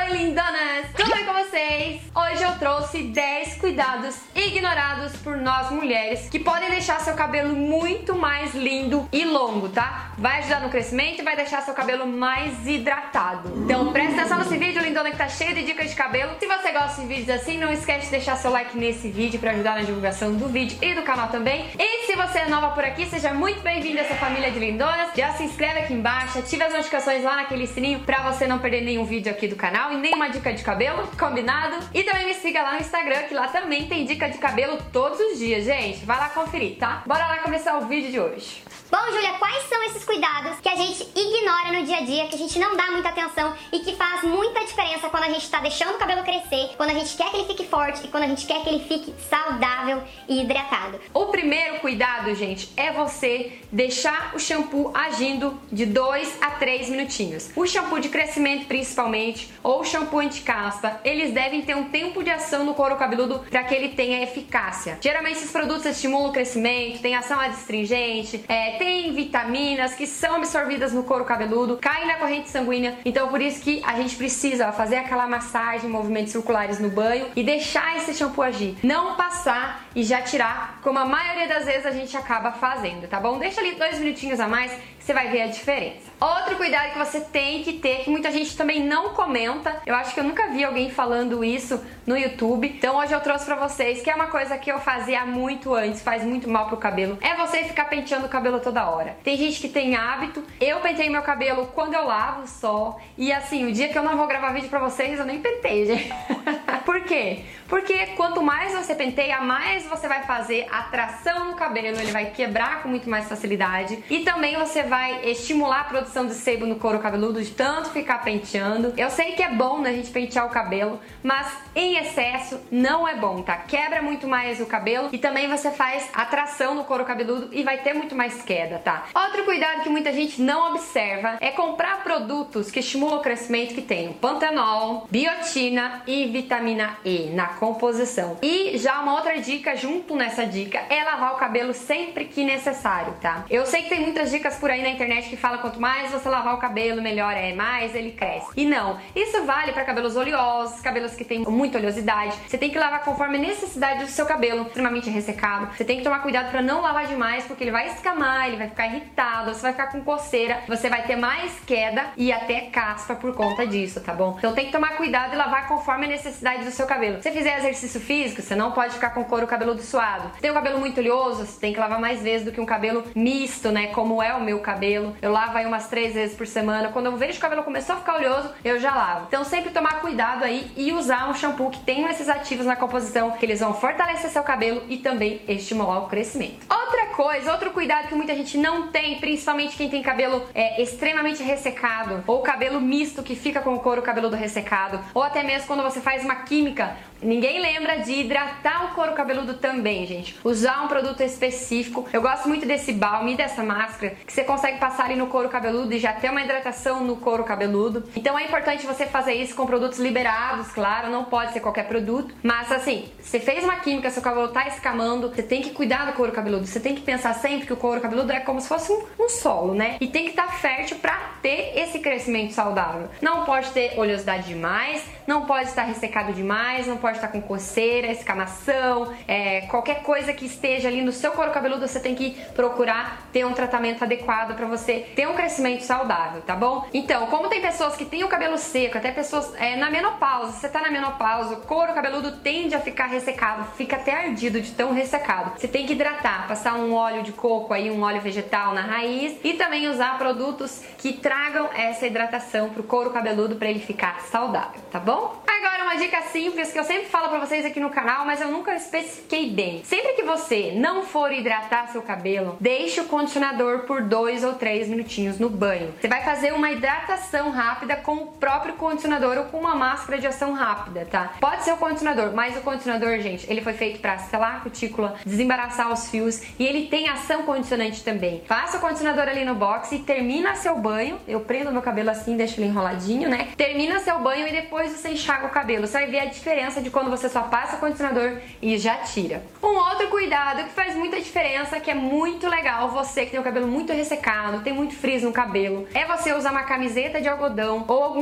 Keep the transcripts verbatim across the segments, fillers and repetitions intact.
Oi, lindonas! Tudo bem com vocês? Hoje eu trouxe dez cuidados ignorados por nós mulheres que podem deixar seu cabelo muito mais lindo e longo, tá? Vai ajudar no crescimento e vai deixar seu cabelo mais hidratado. Então presta atenção nesse vídeo, lindona, que tá cheio de dicas de cabelo. Se você gosta de vídeos assim, não esquece de deixar seu like nesse vídeo pra ajudar na divulgação do vídeo e do canal também. E se você é nova por aqui, seja muito bem-vindo a essa família de lindonas. Já se inscreve aqui embaixo, ative as notificações lá naquele sininho pra você não perder nenhum vídeo aqui do canal e nenhuma dica de cabelo, combinado? E também me siga lá no Instagram, que lá também tem dica de cabelo todos os dias, gente. Vai lá conferir, tá? Bora lá começar o vídeo de hoje. Bom, Júlia, quais são esses cuidados que a gente ignora no dia a dia, que a gente não dá muita atenção e que faz muita diferença quando a gente tá deixando o cabelo crescer, quando a gente quer que ele fique forte e quando a gente quer que ele fique saudável e hidratado? O primeiro cuidado, gente, é você deixar o shampoo agindo de dois a três minutinhos. O shampoo de crescimento, principalmente, ou o shampoo anti-caspa, eles devem ter um tempo de ação no couro cabeludo para que ele tenha eficácia. Geralmente esses produtos estimulam o crescimento, tem ação adstringente, é, tem vitaminas que são absorvidas no couro cabeludo, caem na corrente sanguínea, então por isso que a gente precisa fazer aquela massagem, movimentos circulares no banho e deixar esse shampoo agir. Não passar e já tirar, como a maioria das vezes a gente acaba fazendo, tá bom? Deixa ali dois minutinhos a mais que você vai ver a diferença. Outro cuidado que você tem que ter, que muita gente também não comenta, eu acho que eu nunca vi alguém falando isso no YouTube, então hoje eu trouxe pra vocês, que é uma coisa que eu fazia muito antes, faz muito mal pro cabelo, é você ficar penteando o cabelo toda hora. Tem gente que tem hábito, eu penteio meu cabelo quando eu lavo só, e assim, o dia que eu não vou gravar vídeo pra vocês, eu nem penteio, gente. Por quê? Porque quanto mais você penteia, mais você vai fazer atração no cabelo, ele vai quebrar com muito mais facilidade e também você vai estimular a produção de sebo no couro cabeludo de tanto ficar penteando. Eu sei que é bom, né, a gente pentear o cabelo, mas em excesso não é bom, tá? Quebra muito mais o cabelo e também você faz atração no couro cabeludo e vai ter muito mais queda, tá? Outro cuidado que muita gente não observa é comprar produtos que estimulam o crescimento, que tem pantenol, biotina e vitamina E na composição. E já uma outra dica junto nessa dica é lavar o cabelo sempre que necessário, tá? Eu sei que tem muitas dicas por aí na internet que falam quanto mais você lavar o cabelo, melhor é, mais ele cresce. E não, isso vale para cabelos oleosos, cabelos que têm muita oleosidade. Você tem que lavar conforme a necessidade do seu cabelo, extremamente ressecado. Você tem que tomar cuidado para não lavar demais, porque ele vai escamar, ele vai ficar irritado, você vai ficar com coceira, você vai ter mais queda e até caspa por conta disso, tá bom? Então tem que tomar cuidado e lavar conforme a necessidade do seu cabelo. Se fizer exercício físico, você não pode ficar com couro cabeludo suado. Se tem um cabelo muito oleoso, você tem que lavar mais vezes do que um cabelo misto, né? Como é o meu cabelo. Eu lavo aí umas três vezes por semana. Quando eu vejo que o cabelo começou a ficar oleoso, eu já lavo. Então sempre tomar cuidado aí e usar um shampoo que tenha esses ativos na composição, que eles vão fortalecer seu cabelo e também estimular o crescimento. Outra coisa, outro cuidado que muita gente não tem, principalmente quem tem cabelo é, extremamente ressecado, ou cabelo misto que fica com o couro cabeludo ressecado, ou até mesmo quando você faz uma química, ninguém lembra de hidratar o couro cabeludo também, gente. Usar um produto específico. Eu gosto muito desse balm e dessa máscara, que você consegue passar ali no couro cabeludo e já ter uma hidratação no couro cabeludo. Então é importante você fazer isso com produtos liberados, claro, não pode ser qualquer produto. Mas assim, você fez uma química, seu cabelo tá escamando, você tem que cuidar do couro cabeludo. Você tem que pensar sempre que o couro cabeludo é como se fosse um, um solo, né? E tem que estar fértil pra ter esse crescimento saudável. Não pode ter oleosidade demais, não pode estar ressecado demais, não pode estar com coceira, escamação, é, qualquer coisa que esteja ali no seu couro cabeludo, você tem que procurar ter um tratamento adequado para você ter um crescimento saudável, tá bom? Então, como tem pessoas que têm o cabelo seco, até pessoas é, na menopausa, você tá na menopausa, o couro cabeludo tende a ficar ressecado, fica até ardido de tão ressecado. Você tem que hidratar, passar um óleo de coco aí, um óleo vegetal na raiz e também usar produtos que tragam essa hidratação pro couro cabeludo para ele ficar saudável, tá bom? Agora uma dica simples que eu sempre falo pra vocês aqui no canal, mas eu nunca especifiquei bem. Sempre que você não for hidratar seu cabelo, deixe o condicionador por dois ou três minutinhos no banho. Você vai fazer uma hidratação rápida com o próprio condicionador ou com uma máscara de ação rápida, tá? Pode ser o condicionador, mas o condicionador, gente, ele foi feito pra selar a cutícula, desembaraçar os fios e ele tem ação condicionante também. Faça o condicionador ali no box e termina seu banho. Eu prendo meu cabelo assim, deixo ele enroladinho, né? Termina seu banho e depois você enxaga o cabelo. Você vai ver a diferença de quando você só passa o condicionador e já tira. Um outro cuidado que faz muita diferença, que é muito legal, você que tem o cabelo muito ressecado, tem muito frizz no cabelo, é você usar uma camiseta de algodão ou algum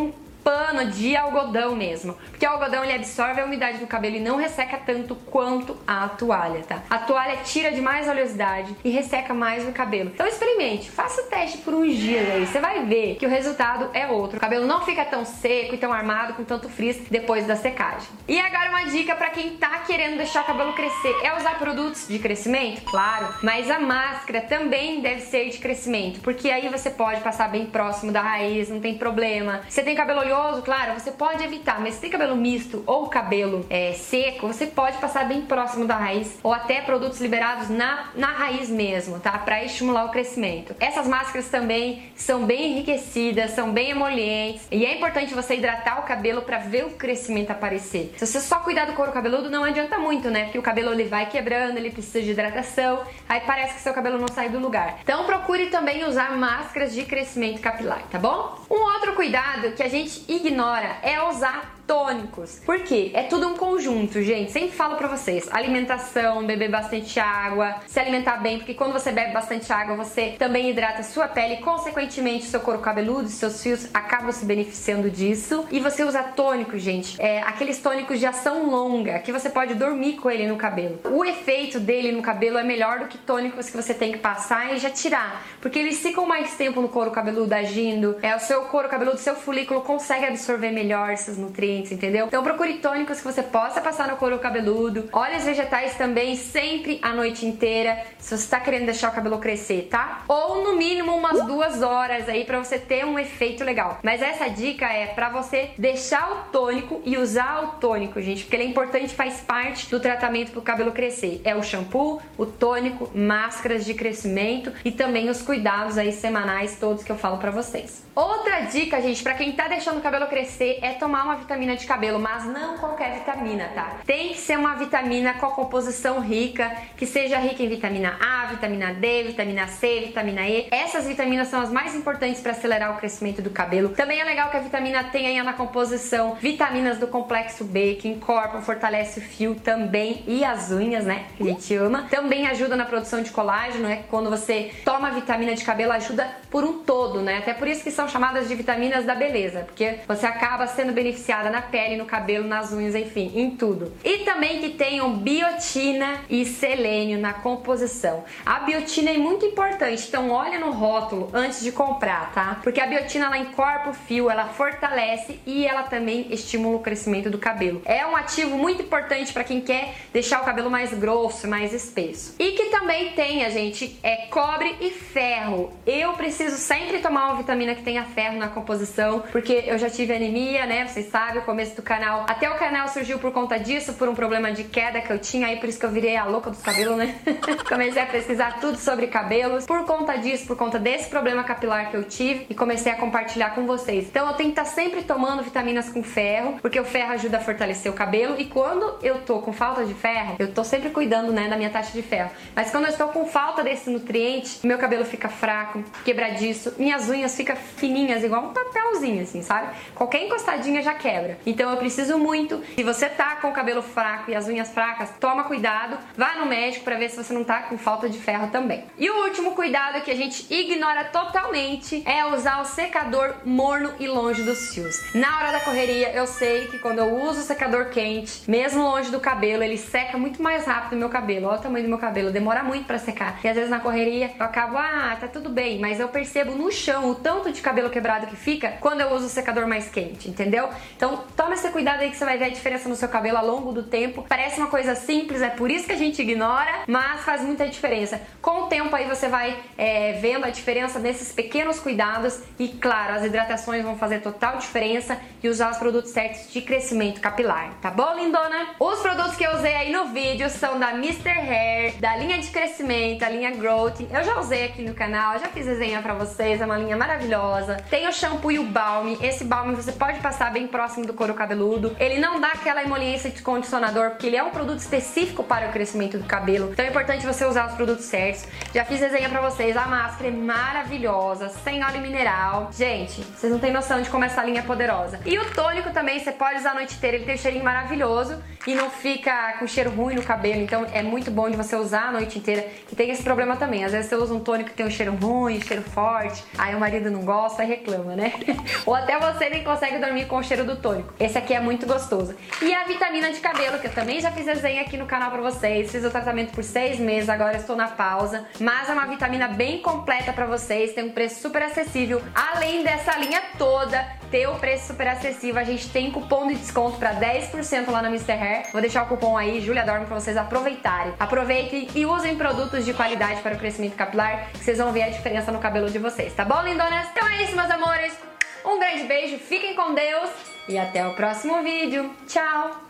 pano de algodão mesmo, porque o algodão ele absorve a umidade do cabelo e não resseca tanto quanto a toalha, tá? A toalha tira de mais oleosidade e resseca mais o cabelo. Então experimente, faça o teste por uns dias aí, você vai ver que o resultado é outro. O cabelo não fica tão seco e tão armado com tanto frizz depois da secagem. E agora uma dica para quem tá querendo deixar o cabelo crescer é usar produtos de crescimento, claro, mas a máscara também deve ser de crescimento, porque aí você pode passar bem próximo da raiz, não tem problema. Você tem cabelo oleoso, claro, você pode evitar, mas se tem cabelo misto ou cabelo é, seco, você pode passar bem próximo da raiz ou até produtos liberados na, na raiz mesmo, tá? Para estimular o crescimento. Essas máscaras também são bem enriquecidas, são bem emolientes e é importante você hidratar o cabelo para ver o crescimento aparecer. Se você só cuidar do couro cabeludo, não adianta muito, né? Porque o cabelo ele vai quebrando, ele precisa de hidratação, aí parece que seu cabelo não sai do lugar. Então procure também usar máscaras de crescimento capilar, tá bom? Um outro cuidado que a gente ignora é usar tônicos. Por quê? É tudo um conjunto, gente. Sempre falo pra vocês. Alimentação, beber bastante água, se alimentar bem, porque quando você bebe bastante água, você também hidrata a sua pele e, consequentemente, seu couro cabeludo, seus fios acabam se beneficiando disso. E você usa tônico, gente. É, aqueles tônicos de ação longa, que você pode dormir com ele no cabelo. O efeito dele no cabelo é melhor do que tônicos que você tem que passar e já tirar. Porque eles ficam mais tempo no couro cabeludo agindo. É, o seu couro cabeludo, seu folículo consegue absorver melhor esses nutrientes, entendeu? Então procure tônicos que você possa passar no couro cabeludo. Óleos vegetais também, sempre a noite inteira, se você está querendo deixar o cabelo crescer, tá? Ou no mínimo umas duas horas aí pra você ter um efeito legal. Mas essa dica é pra você deixar o tônico e usar o tônico, gente, porque ele é importante, faz parte do tratamento pro cabelo crescer. É o shampoo, o tônico, máscaras de crescimento e também os cuidados aí semanais todos que eu falo pra vocês. Outra dica, gente, pra quem tá deixando o cabelo crescer é tomar uma vitamina de cabelo, mas não qualquer vitamina, tá? Tem que ser uma vitamina com a composição rica, que seja rica em vitamina A, vitamina D, vitamina C, vitamina E. Essas vitaminas são as mais importantes para acelerar o crescimento do cabelo. Também é legal que a vitamina tenha na composição vitaminas do complexo B, que encorpam, fortalece o fio também e as unhas, né? Que a gente ama. Também ajuda na produção de colágeno, né? Quando você toma vitamina de cabelo, ajuda por um todo, né? Até por isso que são chamadas de vitaminas da beleza, porque você acaba sendo beneficiada na pele, no cabelo, nas unhas, enfim, em tudo. E também que tenham biotina e selênio na composição. A biotina é muito importante, então olha no rótulo antes de comprar, tá? Porque a biotina, ela encorpa o fio, ela fortalece e ela também estimula o crescimento do cabelo. É um ativo muito importante para quem quer deixar o cabelo mais grosso, mais espesso. E que também tenha, gente, é cobre e ferro. Eu preciso sempre tomar uma vitamina que tenha ferro na composição, porque eu já tive anemia, né? Vocês sabem, o começo do canal. Até o canal surgiu por conta disso, por um problema de queda que eu tinha, aí por isso que eu virei a louca dos cabelos, né? Comecei a pesquisar tudo sobre cabelos, por conta disso, por conta desse problema capilar que eu tive, e comecei a compartilhar com vocês. Então eu tenho que estar sempre tomando vitaminas com ferro, porque o ferro ajuda a fortalecer o cabelo, e quando eu tô com falta de ferro, eu tô sempre cuidando, né, da minha taxa de ferro. Mas quando eu estou com falta desse nutriente, meu cabelo fica fraco, quebradiço, minhas unhas ficam fininhas, igual um papelzinho, assim, sabe? Qualquer encostadinha já quebra. Então eu preciso muito, se você tá com o cabelo fraco e as unhas fracas, toma cuidado, vá no médico pra ver se você não tá com falta de ferro também. E o último cuidado que a gente ignora totalmente é usar o secador morno e longe dos fios. Na hora da correria, eu sei que quando eu uso o secador quente, mesmo longe do cabelo, ele seca muito mais rápido o meu cabelo. Olha o tamanho do meu cabelo, demora muito pra secar. E às vezes na correria eu acabo, ah, tá tudo bem, mas eu percebo no chão o tanto de cabelo quebrado que fica quando eu uso o secador mais quente, entendeu? Então toma esse cuidado aí que você vai ver a diferença no seu cabelo ao longo do tempo. Parece uma coisa simples, é por isso que a gente ignora, mas faz muita diferença. Com o tempo aí você vai é, vendo a diferença nesses pequenos cuidados e, claro, as hidratações vão fazer total diferença e usar os produtos certos de crescimento capilar, tá bom, lindona? Os produtos que eu usei aí no vídeo são da mister Hair, da linha de crescimento, a linha Growth. Eu já usei aqui no canal, já fiz resenha pra vocês, é uma linha maravilhosa. Tem o shampoo e o balm. Esse balm você pode passar bem próximo do do couro cabeludo. Ele não dá aquela emoliência de condicionador, porque ele é um produto específico para o crescimento do cabelo. Então é importante você usar os produtos certos. Já fiz resenha pra vocês, a máscara é maravilhosa, sem óleo mineral. Gente, vocês não têm noção de como essa linha é poderosa. E o tônico também, você pode usar a noite inteira, ele tem um cheirinho maravilhoso e não fica com cheiro ruim no cabelo, então é muito bom de você usar a noite inteira, que tem esse problema também. Às vezes você usa um tônico que tem um cheiro ruim, cheiro forte, aí o marido não gosta e reclama, né? Ou até você nem consegue dormir com o cheiro do tônico. Esse aqui é muito gostoso. E a vitamina de cabelo, que eu também já fiz desenho aqui no canal pra vocês, fiz o tratamento por seis meses, agora estou na pausa, mas é uma vitamina bem completa pra vocês, tem um preço super acessível. Além dessa linha toda ter o preço super acessível, a gente tem cupom de desconto pra dez por cento lá na mister Hair. Vou deixar o cupom aí, Julia Dorme, pra vocês aproveitarem. Aproveitem e usem produtos de qualidade para o crescimento capilar, que vocês vão ver a diferença no cabelo de vocês, tá bom, lindonas? Então é isso, meus amores. Um grande beijo, fiquem com Deus e até o próximo vídeo. Tchau!